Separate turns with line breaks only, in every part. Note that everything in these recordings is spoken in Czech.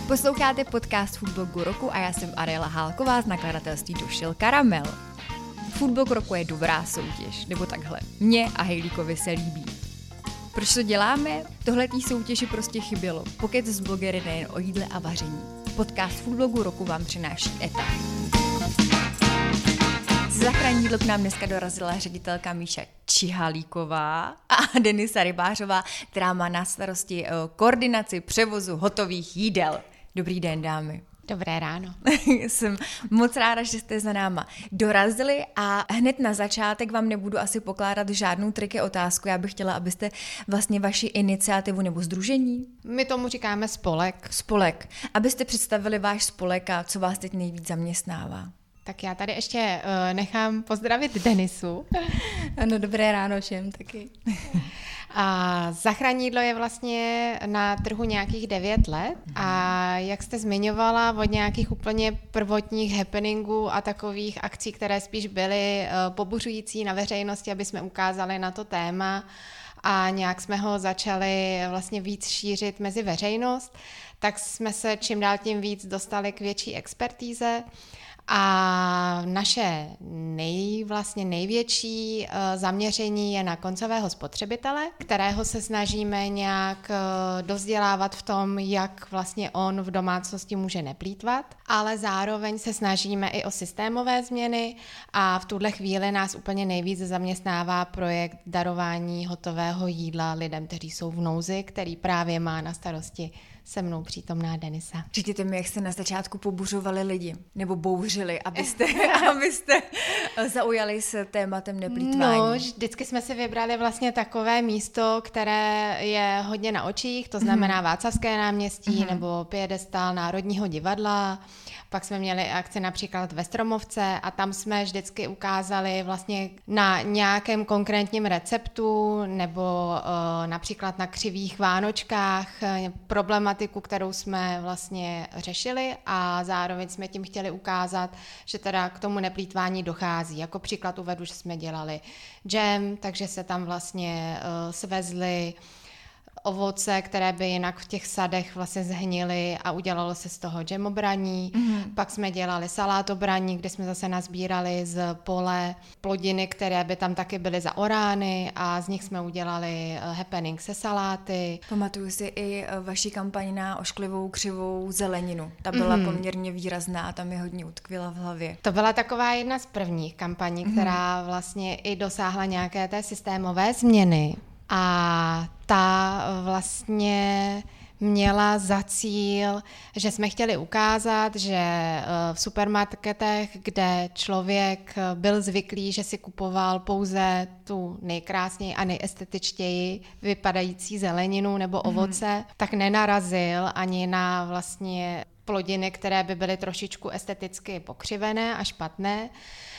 Posloucháte podcast Foodblogu roku a já jsem Ariela Hálková z nakladatelství Došel Karamel. Foodblog roku je dobrá soutěž, nebo takhle. Mně a Hejlíkovi se líbí. Proč to děláme? Tohletý soutěži prostě chybělo. Pokec s blogery nejen o jídle a vaření. Podcast Foodblogu roku vám přináší ETA. Z Záchranní jídlo k nám dneska dorazila ředitelka Míša Čihalíková a Denisa Rybářová, která má na starosti koordinaci převozu hotových jídel. Dobrý den, dámy.
Dobré ráno.
Jsem moc ráda, že jste za náma dorazili a hned na začátek vám nebudu asi pokládat žádnou triky otázku. Já bych chtěla, abyste vlastně vaši iniciativu nebo sdružení.
My tomu říkáme spolek.
Spolek. Abyste představili váš spolek a co vás teď nejvíc zaměstnává.
Tak já tady ještě nechám pozdravit Denisu.
Ano, dobré ráno všem taky.
A Záchranní jídlo je vlastně na trhu nějakých 9 let a jak jste zmiňovala, od nějakých úplně prvotních happeningů a takových akcí, které spíš byly pobuřující na veřejnosti, aby jsme ukázali na to téma a nějak jsme ho začali vlastně víc šířit mezi veřejnost, tak jsme se čím dál tím víc dostali k větší expertíze. A naše největší zaměření je na koncového spotřebitele, kterého se snažíme nějak dovzdělávat v tom, jak vlastně on v domácnosti může neplýtvat, ale zároveň se snažíme i o systémové změny a v tuhle chvíli nás úplně nejvíc zaměstnává projekt darování hotového jídla lidem, kteří jsou v nouzi, který právě má na starosti se mnou přítomná Denisa.
Říkejte mi, jak jste na začátku pobuřovali lidi, nebo bouřili, abyste zaujali se tématem neplýtvání.
No, vždycky jsme si vybrali vlastně takové místo, které je hodně na očích, to znamená Václavské náměstí nebo piedestál Národního divadla. Pak jsme měli akci například ve Stromovce a tam jsme vždycky ukázali vlastně na nějakém konkrétním receptu nebo například na křivých vánočkách problematiku, kterou jsme vlastně řešili a zároveň jsme tím chtěli ukázat, že teda k tomu neplýtvání dochází. Jako příklad uvedu, že jsme dělali džem, takže se tam vlastně svezly ovoce, které by jinak v těch sadech vlastně zhnily a udělalo se z toho džemobraní. Pak jsme dělali salátobraní, kde jsme zase nazbírali z pole plodiny, které by tam taky byly zaorány a z nich jsme udělali happening se saláty.
Pamatuju si i vaši kampaň na ošklivou křivou zeleninu. Ta byla poměrně výrazná a tam mi hodně utkvěla v hlavě.
To byla taková jedna z prvních kampaní, která vlastně i dosáhla nějaké té systémové změny. A ta vlastně měla za cíl, že jsme chtěli ukázat, že v supermarketech, kde člověk byl zvyklý, že si kupoval pouze tu nejkrásněji a nejestetičtěji vypadající zeleninu nebo ovoce, tak nenarazil ani na vlastně plodiny, které by byly trošičku esteticky pokřivené a špatné.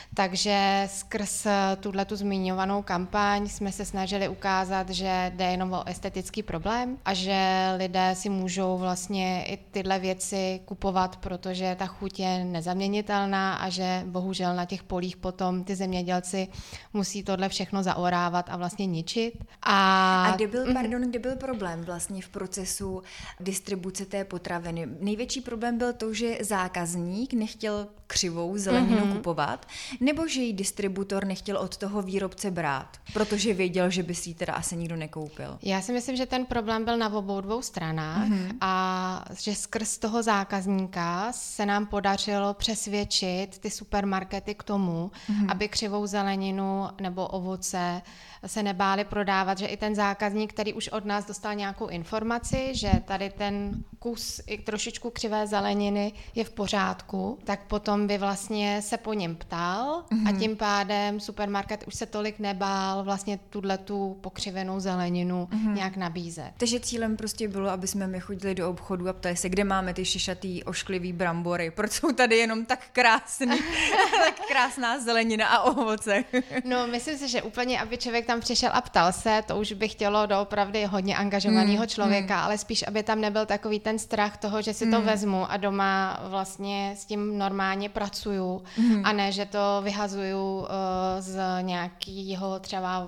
Takže skrz tuhletu zmiňovanou kampaň jsme se snažili ukázat, že jde jenom o estetický problém a že lidé si můžou vlastně i tyhle věci kupovat, protože ta chuť je nezaměnitelná a že bohužel na těch polích potom ty zemědělci musí tohle všechno zaorávat a vlastně ničit.
A kde byl problém vlastně v procesu distribuce té potraviny? Největší problém byl to, že zákazník nechtěl křivou zeleninu kupovat, nebo že jí distributor nechtěl od toho výrobce brát, protože věděl, že by si ji teda asi nikdo nekoupil.
Já si myslím, že ten problém byl na obou dvou stranách a že skrz toho zákazníka se nám podařilo přesvědčit ty supermarkety k tomu, aby křivou zeleninu nebo ovoce se nebáli prodávat, že i ten zákazník, který už od nás dostal nějakou informaci, že tady ten kus i trošičku křivé zeleniny je v pořádku, tak potom by vlastně se po něm ptal a tím pádem supermarket už se tolik nebál vlastně tu pokřivenou zeleninu nějak nabízet.
Takže cílem prostě bylo, aby jsme my chodili do obchodu a ptali se, kde máme ty šišatý ošklivý brambory, proč jsou tady jenom tak krásný, tak krásná zelenina a ovoce.
No, myslím si, že úplně, aby člověk tam přišel a ptal se, to už by chtělo doopravdy hodně angažovaného člověka, ale spíš, aby tam nebyl takový ten strach toho, že si to vezmu a doma vlastně s tím normálně pracuju a ne, že to vyhazuju z nějakého třeba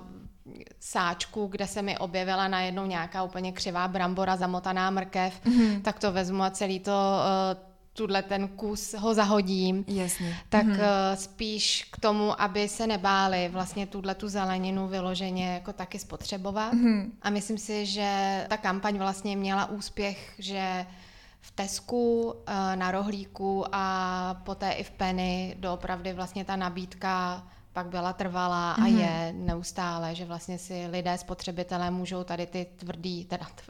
sáčku, kde se mi objevila najednou nějaká úplně křivá brambora, zamotaná mrkev, tak to vezmu a celý to tuhle ten kus ho zahodím.
Jasně.
Tak spíš k tomu, aby se nebáli vlastně tu zeleninu vyloženě jako taky spotřebovat. A myslím si, že ta kampaň vlastně měla úspěch, že v Tesku, na Rohlíku a poté i v Penny doopravdy vlastně ta nabídka pak byla trvalá a je neustále, že vlastně si lidé, spotřebitelé můžou tady ty tvrdý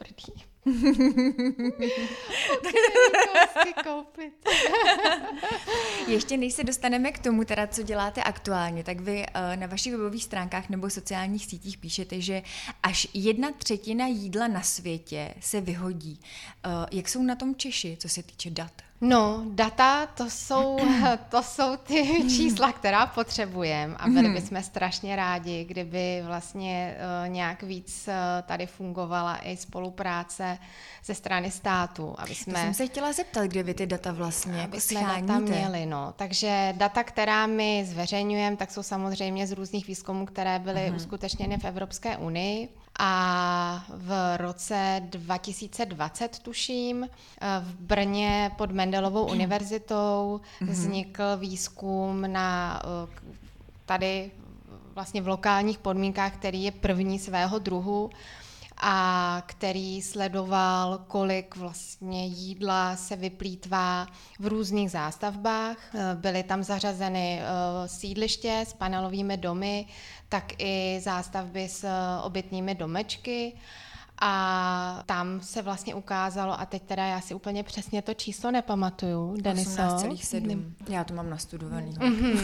koupit.
Ještě než se dostaneme k tomu, teda, co děláte aktuálně, tak vy na vašich webových stránkách nebo sociálních sítích píšete, že až 1/3 jídla na světě se vyhodí. Jak jsou na tom Češi, co se týče dat?
No, data, to jsou ty čísla, která potřebujeme a byli bychom strašně rádi, kdyby vlastně nějak víc tady fungovala i spolupráce ze strany státu, aby jsme...
To jsem se chtěla zeptat, kde vy ty data vlastně jako
scháníte. Data měli, no. Takže data, která my zveřejňujeme, tak jsou samozřejmě z různých výzkumů, které byly uskutečněny v Evropské unii. A v roce 2020, tuším, v Brně pod Mendelovou univerzitou vznikl výzkum na tady vlastně v lokálních podmínkách, který je první svého druhu a který sledoval, kolik vlastně jídla se vyplýtvá v různých zástavbách. Byly tam zařazeny sídliště s panelovými domy, tak i zástavby s obytnými domečky. A tam se vlastně ukázalo, a teď teda já si úplně přesně to číslo nepamatuju, Deniso.
18,7. Já to mám nastudovaný.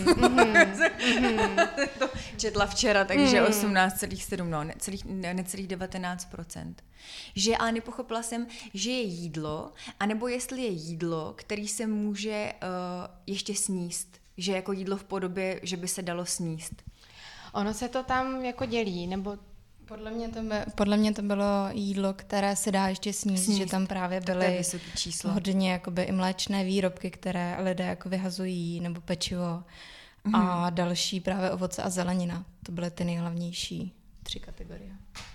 To četla včera, takže 18,7, no, necelých 19%. Že, ale nepochopila jsem, že je jídlo, anebo jestli je jídlo, který se může ještě sníst. Že jako jídlo v podobě, že by se dalo sníst.
Ono se to tam jako dělí, nebo...
Podle mě to bylo jídlo, které se dá ještě sníst, že tam právě byly hodně jakoby i mléčné výrobky, které lidé jako vyhazují, nebo pečivo a další právě ovoce a zelenina. To byly ty nejhlavnější 3 kategorie.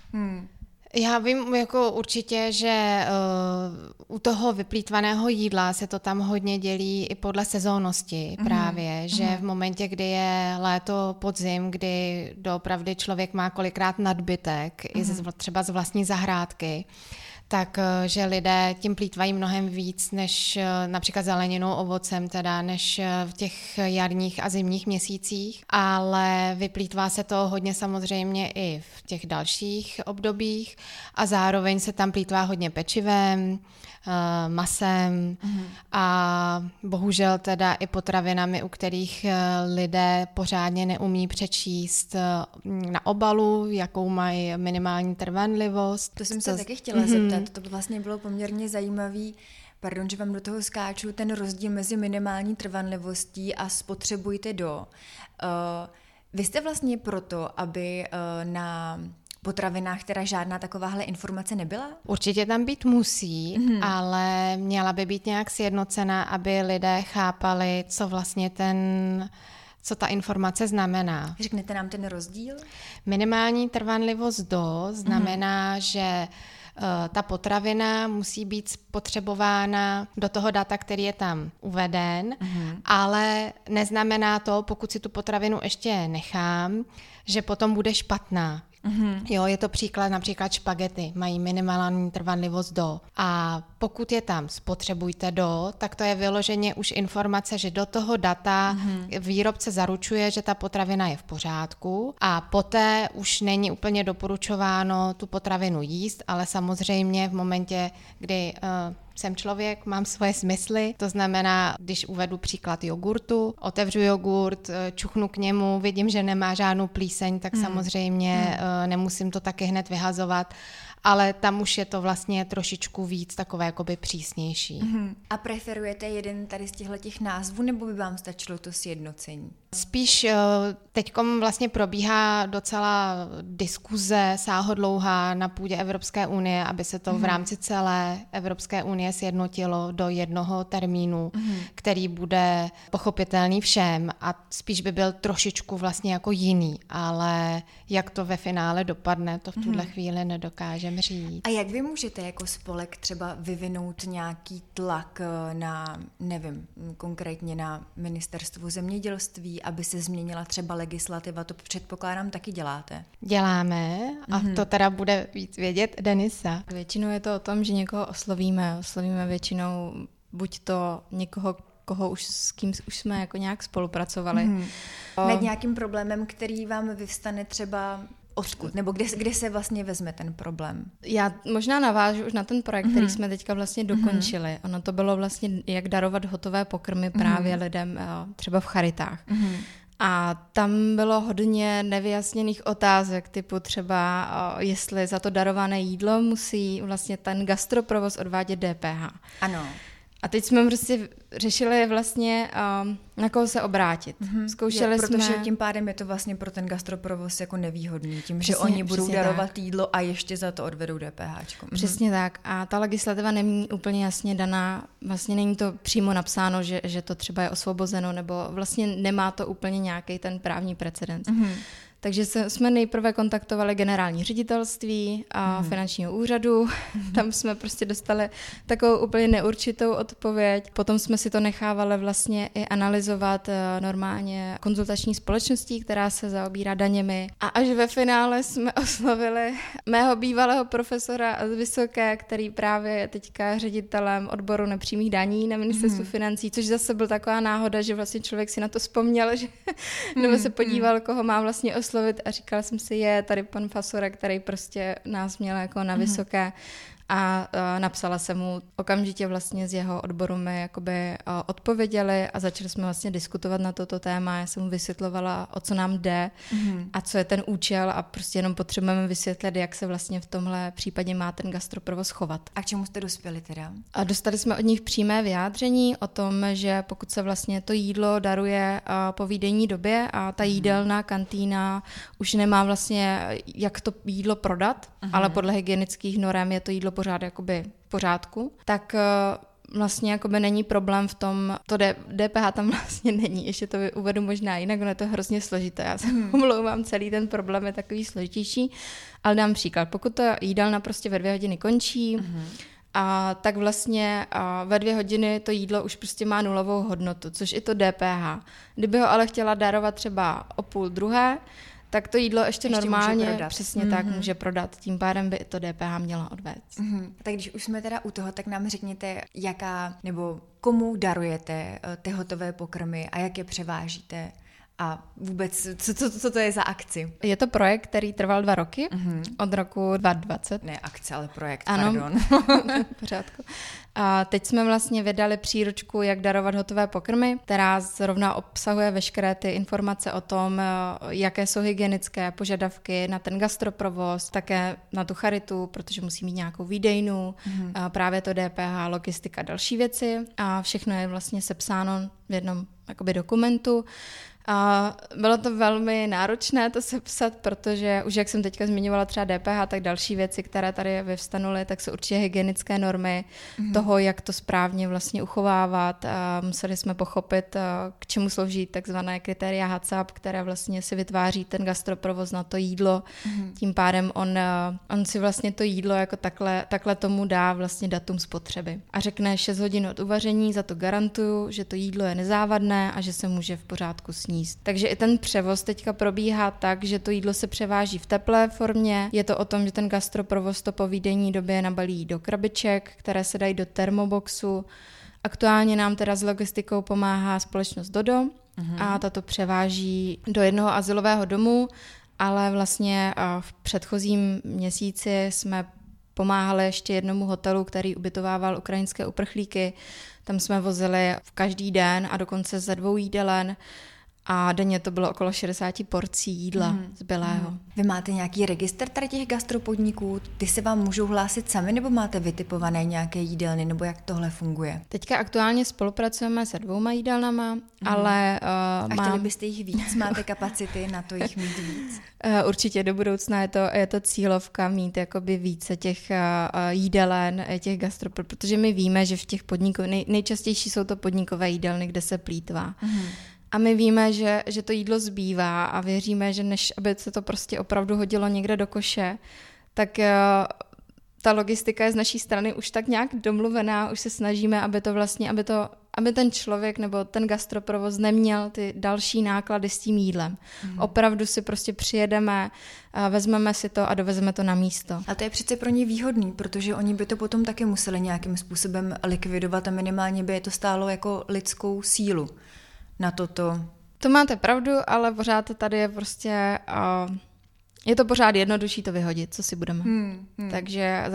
Já vím jako určitě, že u toho vyplýtvaného jídla se to tam hodně dělí i podle sezónnosti právě, že v momentě, kdy je léto, podzim, kdy doopravdy člověk má kolikrát nadbytek, i třeba z vlastní zahrádky, tak že lidé tím plýtvají mnohem víc než například zeleninou, ovocem teda, než v těch jarních a zimních měsících, ale vyplýtvá se to hodně samozřejmě i v těch dalších obdobích a zároveň se tam plýtvá hodně pečivem, masem a bohužel teda i potravinami, u kterých lidé pořádně neumí přečíst na obalu, jakou mají minimální trvanlivost.
To jsem se taky chtěla zeptat, to by vlastně bylo poměrně zajímavý, pardon, že vám do toho skáču, ten rozdíl mezi minimální trvanlivostí a spotřebujte do. Vy jste vlastně proto, aby na potravinách teda žádná takováhle informace nebyla?
Určitě tam být musí, ale měla by být nějak sjednocená, aby lidé chápali, co vlastně co ta informace znamená.
Řeknete nám ten rozdíl?
Minimální trvanlivost do znamená, že ta potravina musí být spotřebována do toho data, který je tam uveden, ale neznamená to, pokud si tu potravinu ještě nechám, že potom bude špatná. Jo, je to příklad, například špagety mají minimální trvanlivost do. A pokud je tam spotřebujte do, tak to je vyloženě už informace, že do toho data výrobce zaručuje, že ta potravina je v pořádku a poté už není úplně doporučováno tu potravinu jíst, ale samozřejmě v momentě, kdy jsem člověk, mám svoje smysly, to znamená, když uvedu příklad jogurtu, otevřu jogurt, čuchnu k němu, vidím, že nemá žádnou plíseň, tak samozřejmě nemusím to taky hned vyhazovat, ale tam už je to vlastně trošičku víc takové jakoby přísnější.
A preferujete jeden tady z těch názvů, nebo by vám stačilo to sjednocení?
Spíš teďkom vlastně probíhá docela diskuze sáhodlouhá na půdě Evropské unie, aby se to v rámci celé Evropské unie sjednotilo do jednoho termínu, který bude pochopitelný všem a spíš by byl trošičku vlastně jako jiný, ale jak to ve finále dopadne, to v tuhle chvíli nedokážeme říct.
A jak vy můžete jako spolek třeba vyvinout nějaký tlak na, nevím, konkrétně na ministerstvo zemědělství, aby se změnila třeba legislativa, to předpokládám taky děláte.
Děláme a to teda bude víc vědět Denisa.
Většinou je to o tom, že někoho oslovíme většinou buď to někoho, s kým už jsme jako nějak spolupracovali.
Nad nějakým problémem, který vám vyvstane třeba odkud, nebo kde se vlastně vezme ten problém?
Já možná navážu už na ten projekt, který jsme teďka vlastně dokončili. Ono to bylo vlastně, jak darovat hotové pokrmy právě lidem třeba v charitách. A tam bylo hodně nevyjasněných otázek, typu třeba, jestli za to darované jídlo musí vlastně ten gastroprovoz odvádět DPH.
Ano.
A teď jsme prostě řešili vlastně, na koho se obrátit. Zkoušeli jsme...
Protože tím pádem je to vlastně pro ten gastroprovoz jako nevýhodný, tím, že oni budou darovat tak jídlo a ještě za to odvedou DPH.
Přesně tak. A ta legislativa není úplně jasně daná, vlastně není to přímo napsáno, že to třeba je osvobozeno, nebo vlastně nemá to úplně nějaký ten právní precedens. Takže jsme nejprve kontaktovali generální ředitelství a finančního úřadu. Tam jsme prostě dostali takovou úplně neurčitou odpověď. Potom jsme si to nechávali vlastně i analyzovat normálně konzultační společností, která se zaobírá daněmi. A až ve finále jsme oslovili mého bývalého profesora z Vysoké, který právě je teďka ředitelem odboru nepřímých daní na ministerstvu financí, což zase byl taková náhoda, že vlastně člověk si na to vzpomněl, že nebo se podíval, koho má vlastně oslovit a říkala jsem si, je tady pan Fasora, který prostě nás měl jako na Vysoké a napsala jsem mu okamžitě vlastně z jeho odboru mi jakoby odpověděli a začali jsme vlastně diskutovat na toto téma. Já jsem mu vysvětlovala, o co nám jde a co je ten účel a prostě jenom potřebujeme vysvětlit, jak se vlastně v tomhle případě má ten gastroprovoz chovat.
A k čemu jste dospěli teda?
A dostali jsme od nich přímé vyjádření o tom, že pokud se vlastně to jídlo daruje po výdejní době a ta jídelná kantýna už nemá vlastně jak to jídlo prodat, ale podle hygienických norem je to jídlo pořád jakoby v pořádku, tak vlastně jakoby není problém v tom, to DPH tam vlastně není, ještě to uvedu možná jinak, ono je to hrozně složité, já se omlouvám, celý ten problém je takový složitější, ale dám příklad, pokud ta jídelna prostě ve 2 hodiny končí, a tak vlastně ve 2 hodiny to jídlo už prostě má nulovou hodnotu, což i to DPH. Kdyby ho ale chtěla darovat třeba o 12:30, tak to jídlo ještě normálně přesně tak může prodat. Tím pádem by to DPH měla odvést.
Tak když už jsme teda u toho, tak nám řekněte, jaká nebo komu darujete ty hotové pokrmy a jak je převážíte a vůbec, co to je za akci?
Je to projekt, který trval 2 roky, od roku 2020.
Ne akce, ale projekt,
ano,
pardon.
V pořádku. A teď jsme vlastně vydali příručku, jak darovat hotové pokrmy, která zrovna obsahuje veškeré ty informace o tom, jaké jsou hygienické požadavky na ten gastroprovoz, také na tu charitu, protože musí mít nějakou výdejnu, právě to DPH, logistika, další věci a všechno je vlastně sepsáno v jednom jakoby dokumentu. A bylo to velmi náročné to sepsat, protože už jak jsem teďka zmiňovala třeba DPH, tak další věci, které tady vyvstanuly, tak jsou určitě hygienické normy toho, jak to správně vlastně uchovávat. A museli jsme pochopit, k čemu slouží takzvané kritéria HACCP, které vlastně si vytváří ten gastroprovoz na to jídlo. Tím pádem on si vlastně to jídlo jako takhle tomu dá vlastně datum spotřeby. A řekne 6 hodin od uvaření, za to garantuju, že to jídlo je nezávadné a že se může v pořádku sníst. Takže i ten převoz teďka probíhá tak, že to jídlo se převáží v teplé formě. Je to o tom, že ten gastroprovoz to po výdejní době nabalí do krabiček, které se dají do termoboxu. Aktuálně nám teda s logistikou pomáhá společnost Dodo a tato převáží do jednoho azylového domu, ale vlastně v předchozím měsíci jsme pomáhali ještě jednomu hotelu, který ubytovával ukrajinské uprchlíky. Tam jsme vozili v každý den a dokonce ze 2 jídelen. a denně to bylo okolo 60 porcí jídla zbylého.
Vy máte nějaký registr tady těch gastropodniků? Ty se vám můžou hlásit sami, nebo máte vytipované nějaké jídelny, nebo jak tohle funguje?
Teďka aktuálně spolupracujeme se 2 jídelnama, ale
a chtěli byste jich víc? Máte kapacity na to jich mít víc?
Určitě do budoucna je to cílovka mít jakoby více těch jídelen, těch gastropodniků, protože my víme, že v těch podnikových, nejčastější jsou to podnikové jídelny, kde se plýtvá. A my víme, že to jídlo zbývá a věříme, že než aby se to prostě opravdu hodilo někde do koše, tak ta logistika je z naší strany už tak nějak domluvená, už se snažíme, aby ten člověk nebo ten gastroprovoz neměl ty další náklady s tím jídlem. Opravdu si prostě přijedeme, vezmeme si to a dovezeme to na místo.
A to je přece pro ně výhodný, protože oni by to potom taky museli nějakým způsobem likvidovat a minimálně by je to stálo jako lidskou sílu na toto.
To máte pravdu, ale pořád tady je prostě... je to pořád jednodušší to vyhodit, co si budeme. Takže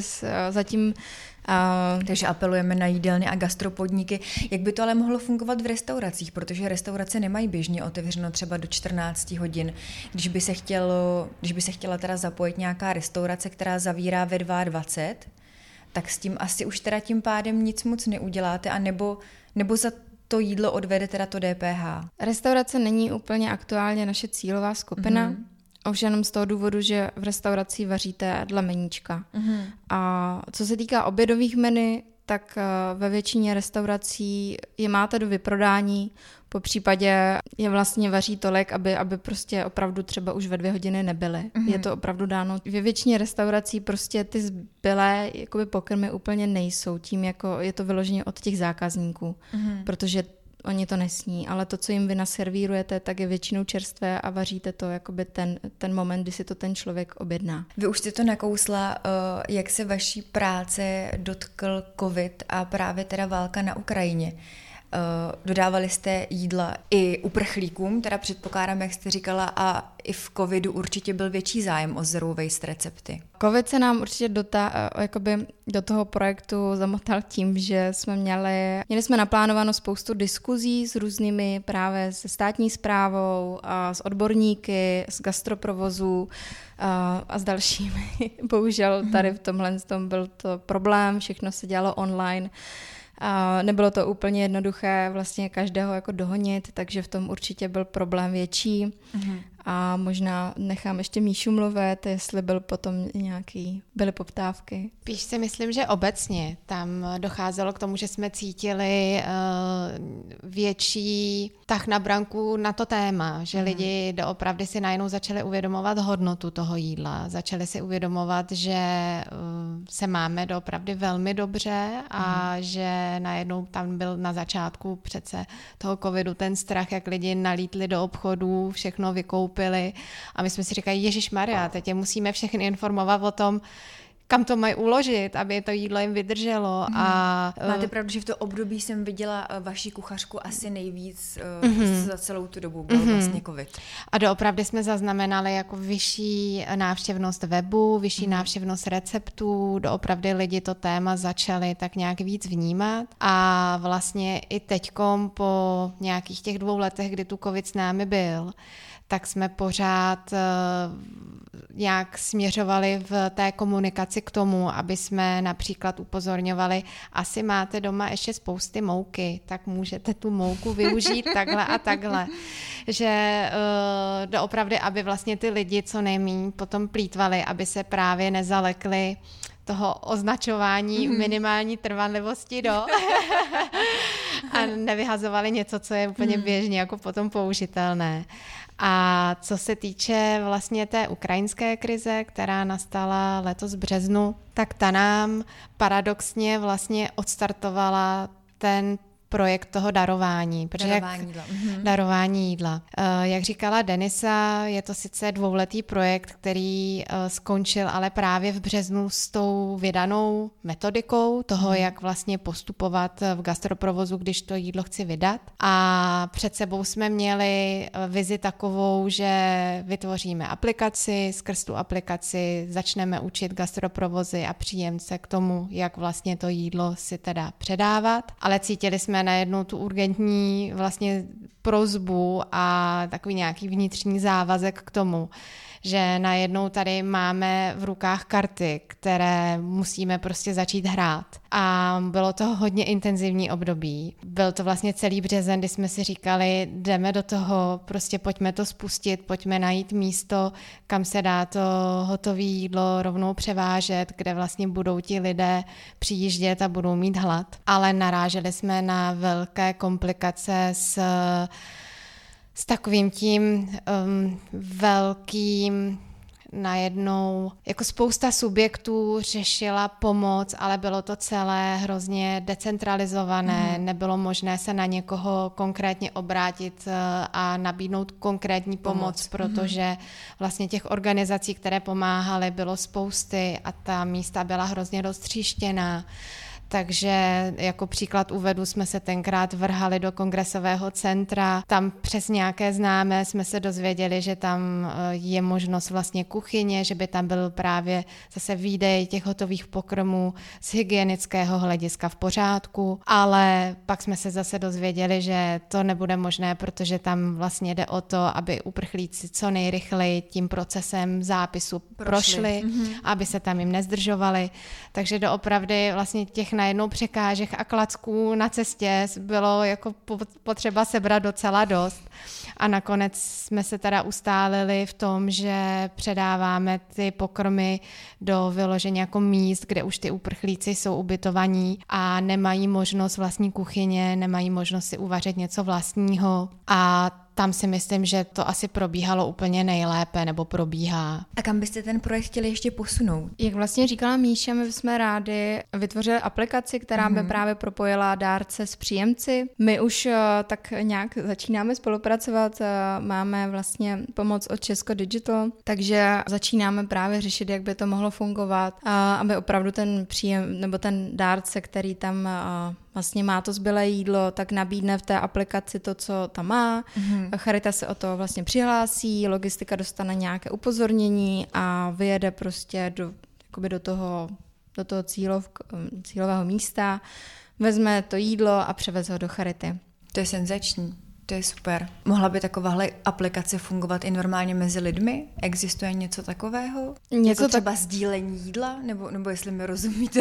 Takže apelujeme na jídelny a gastropodniky. Jak by to ale mohlo fungovat v restauracích, protože restaurace nemají běžně otevřeno třeba do 14 hodin. Když by se chtěla teda zapojit nějaká restaurace, která zavírá ve 22, tak s tím asi už teda tím pádem nic moc neuděláte, a nebo za to jídlo odvede teda to DPH.
Restaurace není úplně aktuálně naše cílová skupina, ovšem z toho důvodu, že v restauraci vaříte dle meníčka. A co se týká obědových menu, tak ve většině restaurací je máte do vyprodání, po případě je vlastně vaří tolik, aby prostě opravdu třeba už ve 2 hodiny nebyly. Je to opravdu dáno. Ve většině restaurací prostě ty zbylé jakoby pokrmy úplně nejsou, tím jako je to vyloženě od těch zákazníků, protože oni to nesní, ale to, co jim vy naservírujete, tak je většinou čerstvé a vaříte to jakoby ten moment, kdy si to ten člověk objedná.
Vy už jste to nakousla, jak se vaší práce dotkl covid a právě teda válka na Ukrajině. Dodávali jste jídla i uprchlíkům, teda předpokládám, jak jste říkala, a i v covidu určitě byl větší zájem o zero waste recepty.
Covid se nám určitě do toho projektu zamotal tím, že měli jsme naplánováno spoustu diskuzí s různými právě se státní správou, a s odborníky, s gastroprovozů a s dalšími. Bohužel tady v tomhle byl to problém, všechno se dělalo online. A nebylo to úplně jednoduché vlastně každého jako dohonit, takže v tom určitě byl problém větší. A možná nechám ještě Míšu mluvit, jestli byly poptávky.
Spíš si myslím, že obecně tam docházelo k tomu, že jsme cítili větší tah na branku na to téma, že lidi doopravdy si najednou začali uvědomovat hodnotu toho jídla, začali si uvědomovat, že se máme doopravdy velmi dobře a že najednou tam byl na začátku přece toho covidu ten strach, jak lidi nalítli do obchodů, všechno vykoupili a my jsme si říkali, ježišmarja, teď je musíme všechny informovat o tom, kam to mají uložit, aby to jídlo jim vydrželo. A
máte pravdu, že v tom období jsem viděla vaši kuchařku asi nejvíc za celou tu dobu, byl vlastně covid.
A doopravdy jsme zaznamenali jako vyšší návštěvnost webu, vyšší návštěvnost receptů, doopravdy lidi to téma začali tak nějak víc vnímat a vlastně i teďkom po nějakých těch 2 letech, kdy tu covid s námi byl, tak jsme pořád nějak směřovali v té komunikaci k tomu, aby jsme například upozorňovali, asi máte doma ještě spousty mouky, tak můžete tu mouku využít takhle a takhle. Že doopravdy, aby vlastně ty lidi, co nejméně potom plýtvali, aby se právě nezalekli toho označování minimální trvanlivosti a nevyhazovali něco, co je úplně běžně jako potom použitelné. A co se týče vlastně té ukrajinské krize, která nastala letos v březnu, tak ta nám paradoxně vlastně odstartovala ten projekt toho darování. Darování jídla. Jak říkala Denisa, je to sice 2letý projekt, který skončil ale právě v březnu s tou vydanou metodikou toho, jak vlastně postupovat v gastroprovozu, když to jídlo chci vydat. A před sebou jsme měli vizi takovou, že vytvoříme aplikaci, skrz tu aplikaci začneme učit gastroprovozy a příjemce k tomu, jak vlastně to jídlo si teda předávat. Ale cítili jsme jsme najednou tu urgentní vlastně prosbu a takový nějaký vnitřní závazek k tomu, že najednou tady máme v rukách karty, které musíme prostě začít hrát. A bylo to hodně intenzivní období. Byl to vlastně celý březen, kdy jsme si říkali, jdeme do toho, prostě pojďme to spustit, pojďme najít místo, kam se dá to hotové jídlo rovnou převážet, kde vlastně budou ti lidé přijíždět a budou mít hlad. Ale naráželi jsme na velké komplikace s takovým tím velkým najednou, jako spousta subjektů řešila pomoc, ale bylo to celé hrozně decentralizované, nebylo možné se na někoho konkrétně obrátit a nabídnout konkrétní pomoc, protože vlastně těch organizací, které pomáhaly, bylo spousty a ta místa byla hrozně roztříštěná. Takže jako příklad uvedu, jsme se tenkrát vrhali do kongresového centra. Tam přes nějaké známé jsme se dozvěděli, že tam je možnost vlastně kuchyně, že by tam byl právě zase výdej těch hotových pokrmů z hygienického hlediska v pořádku, ale pak jsme se zase dozvěděli, že to nebude možné, protože tam vlastně jde o to, aby uprchlíci co nejrychleji tím procesem zápisu prošli, aby se tam jim nezdržovali. Takže doopravdy vlastně těch najednou překážek a klacků na cestě bylo jako potřeba sebrat docela dost. A nakonec jsme se teda ustálili v tom, že předáváme ty pokrmy do vyloženě jako míst, kde už ty uprchlíci jsou ubytovaní a nemají možnost vlastní kuchyně, nemají možnost si uvařit něco vlastního a tam si myslím, že to asi probíhalo úplně nejlépe, nebo probíhá.
A kam byste ten projekt chtěli ještě posunout?
Jak vlastně říkala Míša, my jsme rádi vytvořili aplikaci, která by právě propojila dárce s příjemci. My už tak nějak začínáme spolupracovat, máme vlastně pomoc od Česko Digital, takže začínáme právě řešit, jak by to mohlo fungovat, aby opravdu ten příjem nebo ten dárce, který tam vlastně má to zbylé jídlo, tak nabídne v té aplikaci to, co tam má. Charita se o to vlastně přihlásí, logistika dostane nějaké upozornění a vyjede prostě do toho cílového místa, vezme to jídlo a převeze ho do Charity.
To je senzační. To je super. Mohla by takováhle aplikace fungovat i normálně mezi lidmi? Existuje něco takového? Něco třeba sdílení jídla? Nebo jestli mi rozumíte?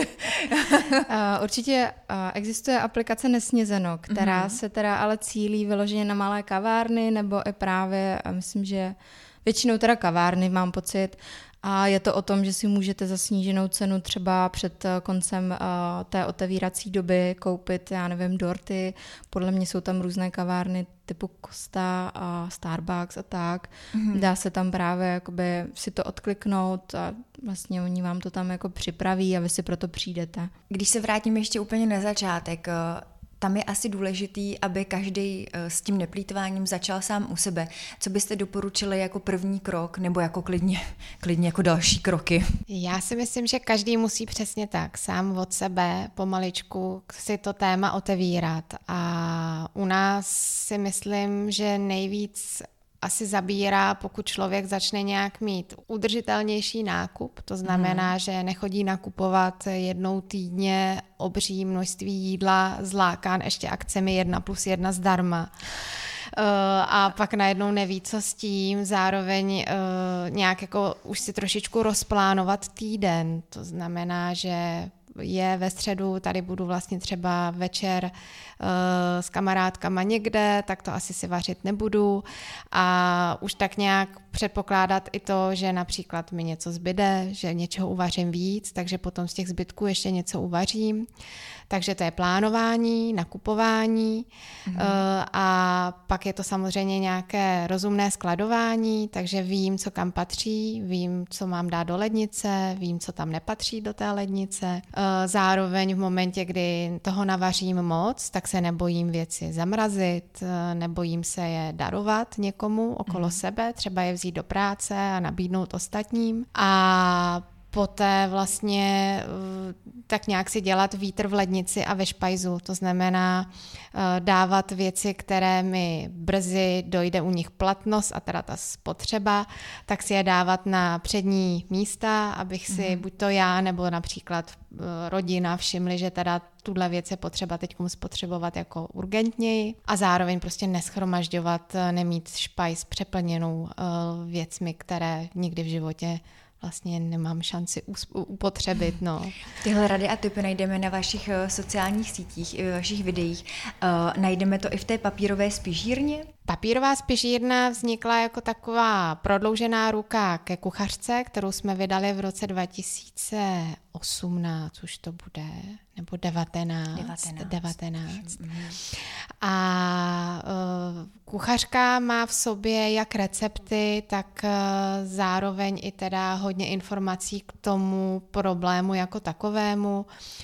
Určitě existuje aplikace Nesnězeno, která se teda ale cílí vyloženě na malé kavárny, nebo i právě, myslím, že většinou teda kavárny, mám pocit. A je to o tom, že si můžete za sníženou cenu třeba před koncem té otevírací doby koupit, já nevím, dorty. Podle mě jsou tam různé kavárny typu Costa a Starbucks a tak. Dá se tam právě jakoby si to odkliknout a vlastně oni vám to tam jako připraví a vy si proto přijdete.
Když se vrátím ještě úplně na začátek, tam je asi důležitý, aby každý s tím neplýtváním začal sám u sebe. Co byste doporučili jako první krok, nebo jako klidně jako další kroky?
Já si myslím, že každý musí přesně tak, sám od sebe pomaličku si to téma otevírat. A u nás si myslím, že nejvíc asi zabírá, pokud člověk začne nějak mít udržitelnější nákup, to znamená, že nechodí nakupovat jednou týdně obří množství jídla, zlákán ještě akcemi 1+1 zdarma. A pak najednou neví, co s tím, zároveň nějak jako už si trošičku rozplánovat týden, to znamená, že je ve středu, tady budu vlastně třeba večer s kamarádkama někde, tak to asi si vařit nebudu a už tak nějak předpokládat i to, že například mi něco zbyde, že něčeho uvařím víc, takže potom z těch zbytků ještě něco uvařím. Takže to je plánování, nakupování a pak je to samozřejmě nějaké rozumné skladování, takže vím, co kam patří, vím, co mám dát do lednice, vím, co tam nepatří do té lednice. Zároveň v momentě, kdy toho navařím moc, tak se nebojím věci zamrazit, nebojím se je darovat někomu okolo sebe, třeba je vzít do práce a nabídnout ostatním. A poté vlastně tak nějak si dělat vítr v lednici a ve špajzu. To znamená dávat věci, které mi brzy dojde u nich platnost a teda ta spotřeba, tak si je dávat na přední místa, abych si buď to já nebo například rodina všimli, že teda tuhle věc je potřeba teď spotřebovat jako urgentněji a zároveň prostě neschromažďovat, nemít špajz přeplněnou věcmi, které nikdy v životě vlastně nemám šanci upotřebit. No.
Tyhle rady a tipy najdeme na vašich sociálních sítích i ve vašich videích. Najdeme to i v té papírové spižírně?
Papírová spižírna vznikla jako taková prodloužená ruka ke kuchařce, kterou jsme vydali v roce 2018, už to bude, nebo 19. A kuchařka má v sobě jak recepty, tak zároveň i teda hodně informací k tomu problému jako takovému.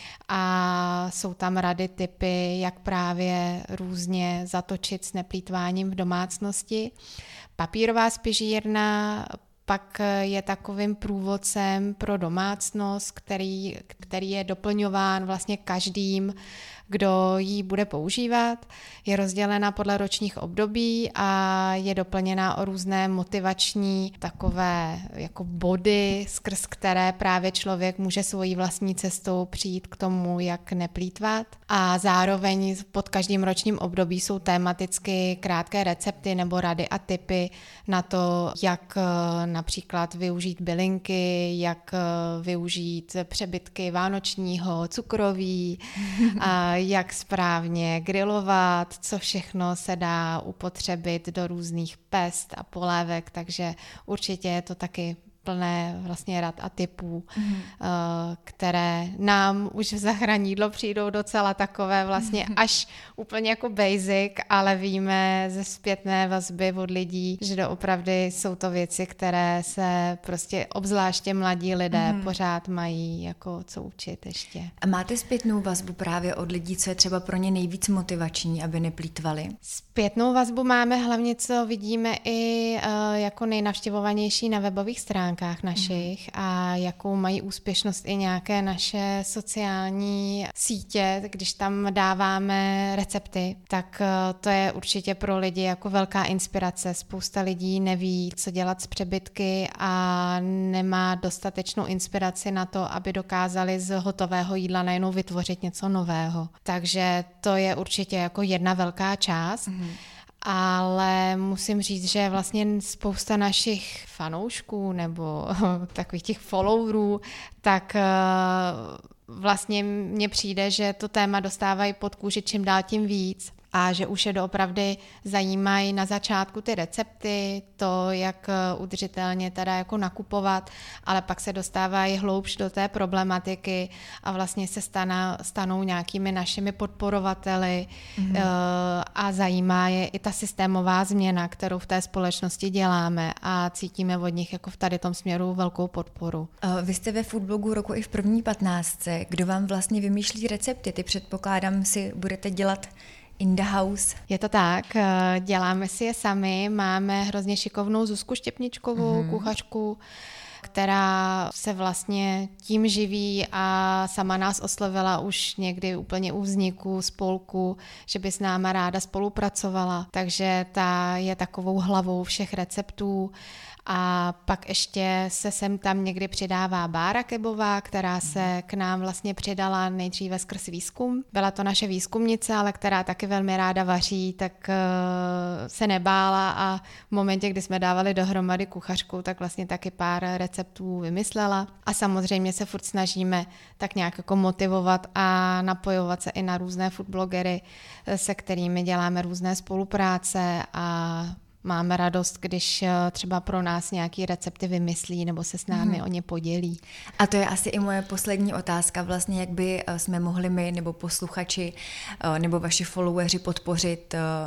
A jsou tam rady, tipy, jak právě různě zatočit s neplýtváním v domácnosti. Papírová spižírna pak je takovým průvodcem pro domácnost, který je doplňován vlastně každým, kdo ji bude používat. Je rozdělena podle ročních období a je doplněna o různé motivační takové jako body, skrz které právě člověk může svojí vlastní cestou přijít k tomu, jak neplýtvat. A zároveň pod každým ročním období jsou tematicky krátké recepty nebo rady a tipy na to, jak například využít bylinky, jak využít přebytky vánočního, cukroví, a jak správně grilovat, co všechno se dá upotřebit do různých pest a polévek, takže určitě je to taky plné vlastně rad a tipů, které nám už za hranídlo přijdou docela takové vlastně až úplně jako basic, ale víme ze zpětné vazby od lidí, že doopravdy jsou to věci, které se prostě obzvláště mladí lidé pořád mají jako co učit ještě.
A máte zpětnou vazbu právě od lidí, co je třeba pro ně nejvíc motivační, aby neplýtvali?
Zpětnou vazbu máme hlavně, co vidíme i jako nejnavštěvovanější na webových stránkách našich a jakou mají úspěšnost i nějaké naše sociální sítě, když tam dáváme recepty, tak to je určitě pro lidi jako velká inspirace. Spousta lidí neví, co dělat s přebytky a nemá dostatečnou inspiraci na to, aby dokázali z hotového jídla najednou vytvořit něco nového. Takže to je určitě jako jedna velká část. Ale musím říct, že vlastně spousta našich fanoušků nebo takových těch followerů, tak vlastně mně přijde, že to téma dostávají pod kůži čím dál tím víc a že už je doopravdy zajímají na začátku ty recepty, to, jak udržitelně teda jako nakupovat, ale pak se dostávají hloubš do té problematiky a vlastně se stanou nějakými našimi podporovateli a zajímá je i ta systémová změna, kterou v té společnosti děláme a cítíme od nich jako v tady tom směru velkou podporu.
Vy jste ve Foodblogu roku i v první 15. Kdo vám vlastně vymýšlí recepty? Ty předpokládám si budete dělat in the house.
Je to tak, děláme si je sami, máme hrozně šikovnou Zuzku Štěpničkovou, kuchařku, která se vlastně tím živí a sama nás oslovila už někdy úplně u vzniku spolku, že by s náma ráda spolupracovala, takže ta je takovou hlavou všech receptů. A pak ještě se sem tam někdy přidává Bára Kebová, která se k nám vlastně přidala nejdříve skrz výzkum. Byla to naše výzkumnice, ale která taky velmi ráda vaří, tak se nebála a v momentě, kdy jsme dávali dohromady kuchařku, tak vlastně taky pár receptů vymyslela. A samozřejmě se furt snažíme tak nějak jako motivovat a napojovat se i na různé foodblogery, se kterými děláme různé spolupráce a máme radost, když třeba pro nás nějaký recepty vymyslí nebo se s námi o ně podělí.
A to je asi i moje poslední otázka, vlastně jak by jsme mohli my nebo posluchači nebo vaši followeri podpořit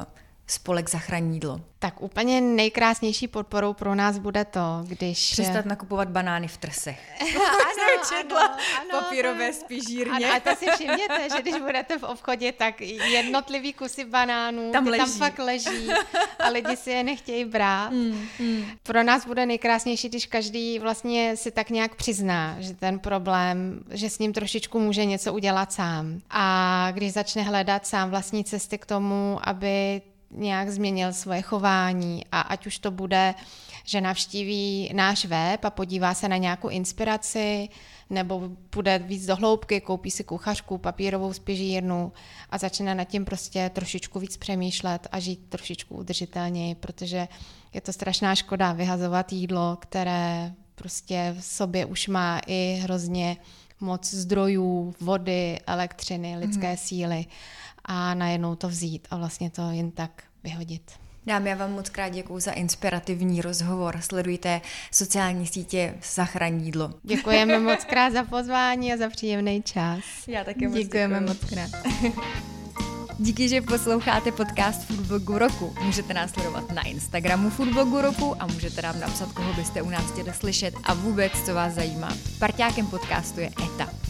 spolek Zachraň jídlo?
Tak úplně nejkrásnější podporou pro nás bude to, když...
Přestat nakupovat banány v trsech. Ano, četla papírové spižírně.
A to si všimněte, že když budete v obchodě, tak jednotlivý kusy banánů tam fakt leží a lidi si je nechtějí brát. Pro nás bude nejkrásnější, když každý vlastně si tak nějak přizná, že ten problém, že s ním trošičku může něco udělat sám. A když začne hledat sám vlastní cesty k tomu, aby nějak změnil svoje chování a ať už to bude, že navštíví náš web a podívá se na nějakou inspiraci, nebo půjde víc do hloubky, koupí si kuchařku, papírovou spižírnu a začne nad tím prostě trošičku víc přemýšlet a žít trošičku udržitelněji, protože je to strašná škoda vyhazovat jídlo, které prostě v sobě už má i hrozně moc zdrojů, vody, elektřiny, lidské síly a najednou to vzít a vlastně to jen tak vyhodit.
Dámy, já vám moc krát děkuju za inspirativní rozhovor. Sledujte sociální sítě Zachraň jídlo.
Děkujeme moc krát za pozvání a za příjemný čas.
Já také moc
děkujeme moc krát.
Díky, že posloucháte podcast Foodblogu roku. Můžete nás sledovat na Instagramu Foodblogu roku a můžete nám napsat, koho byste u nás chtěli slyšet a vůbec, co vás zajímá. Parťákem podcastu je Eta.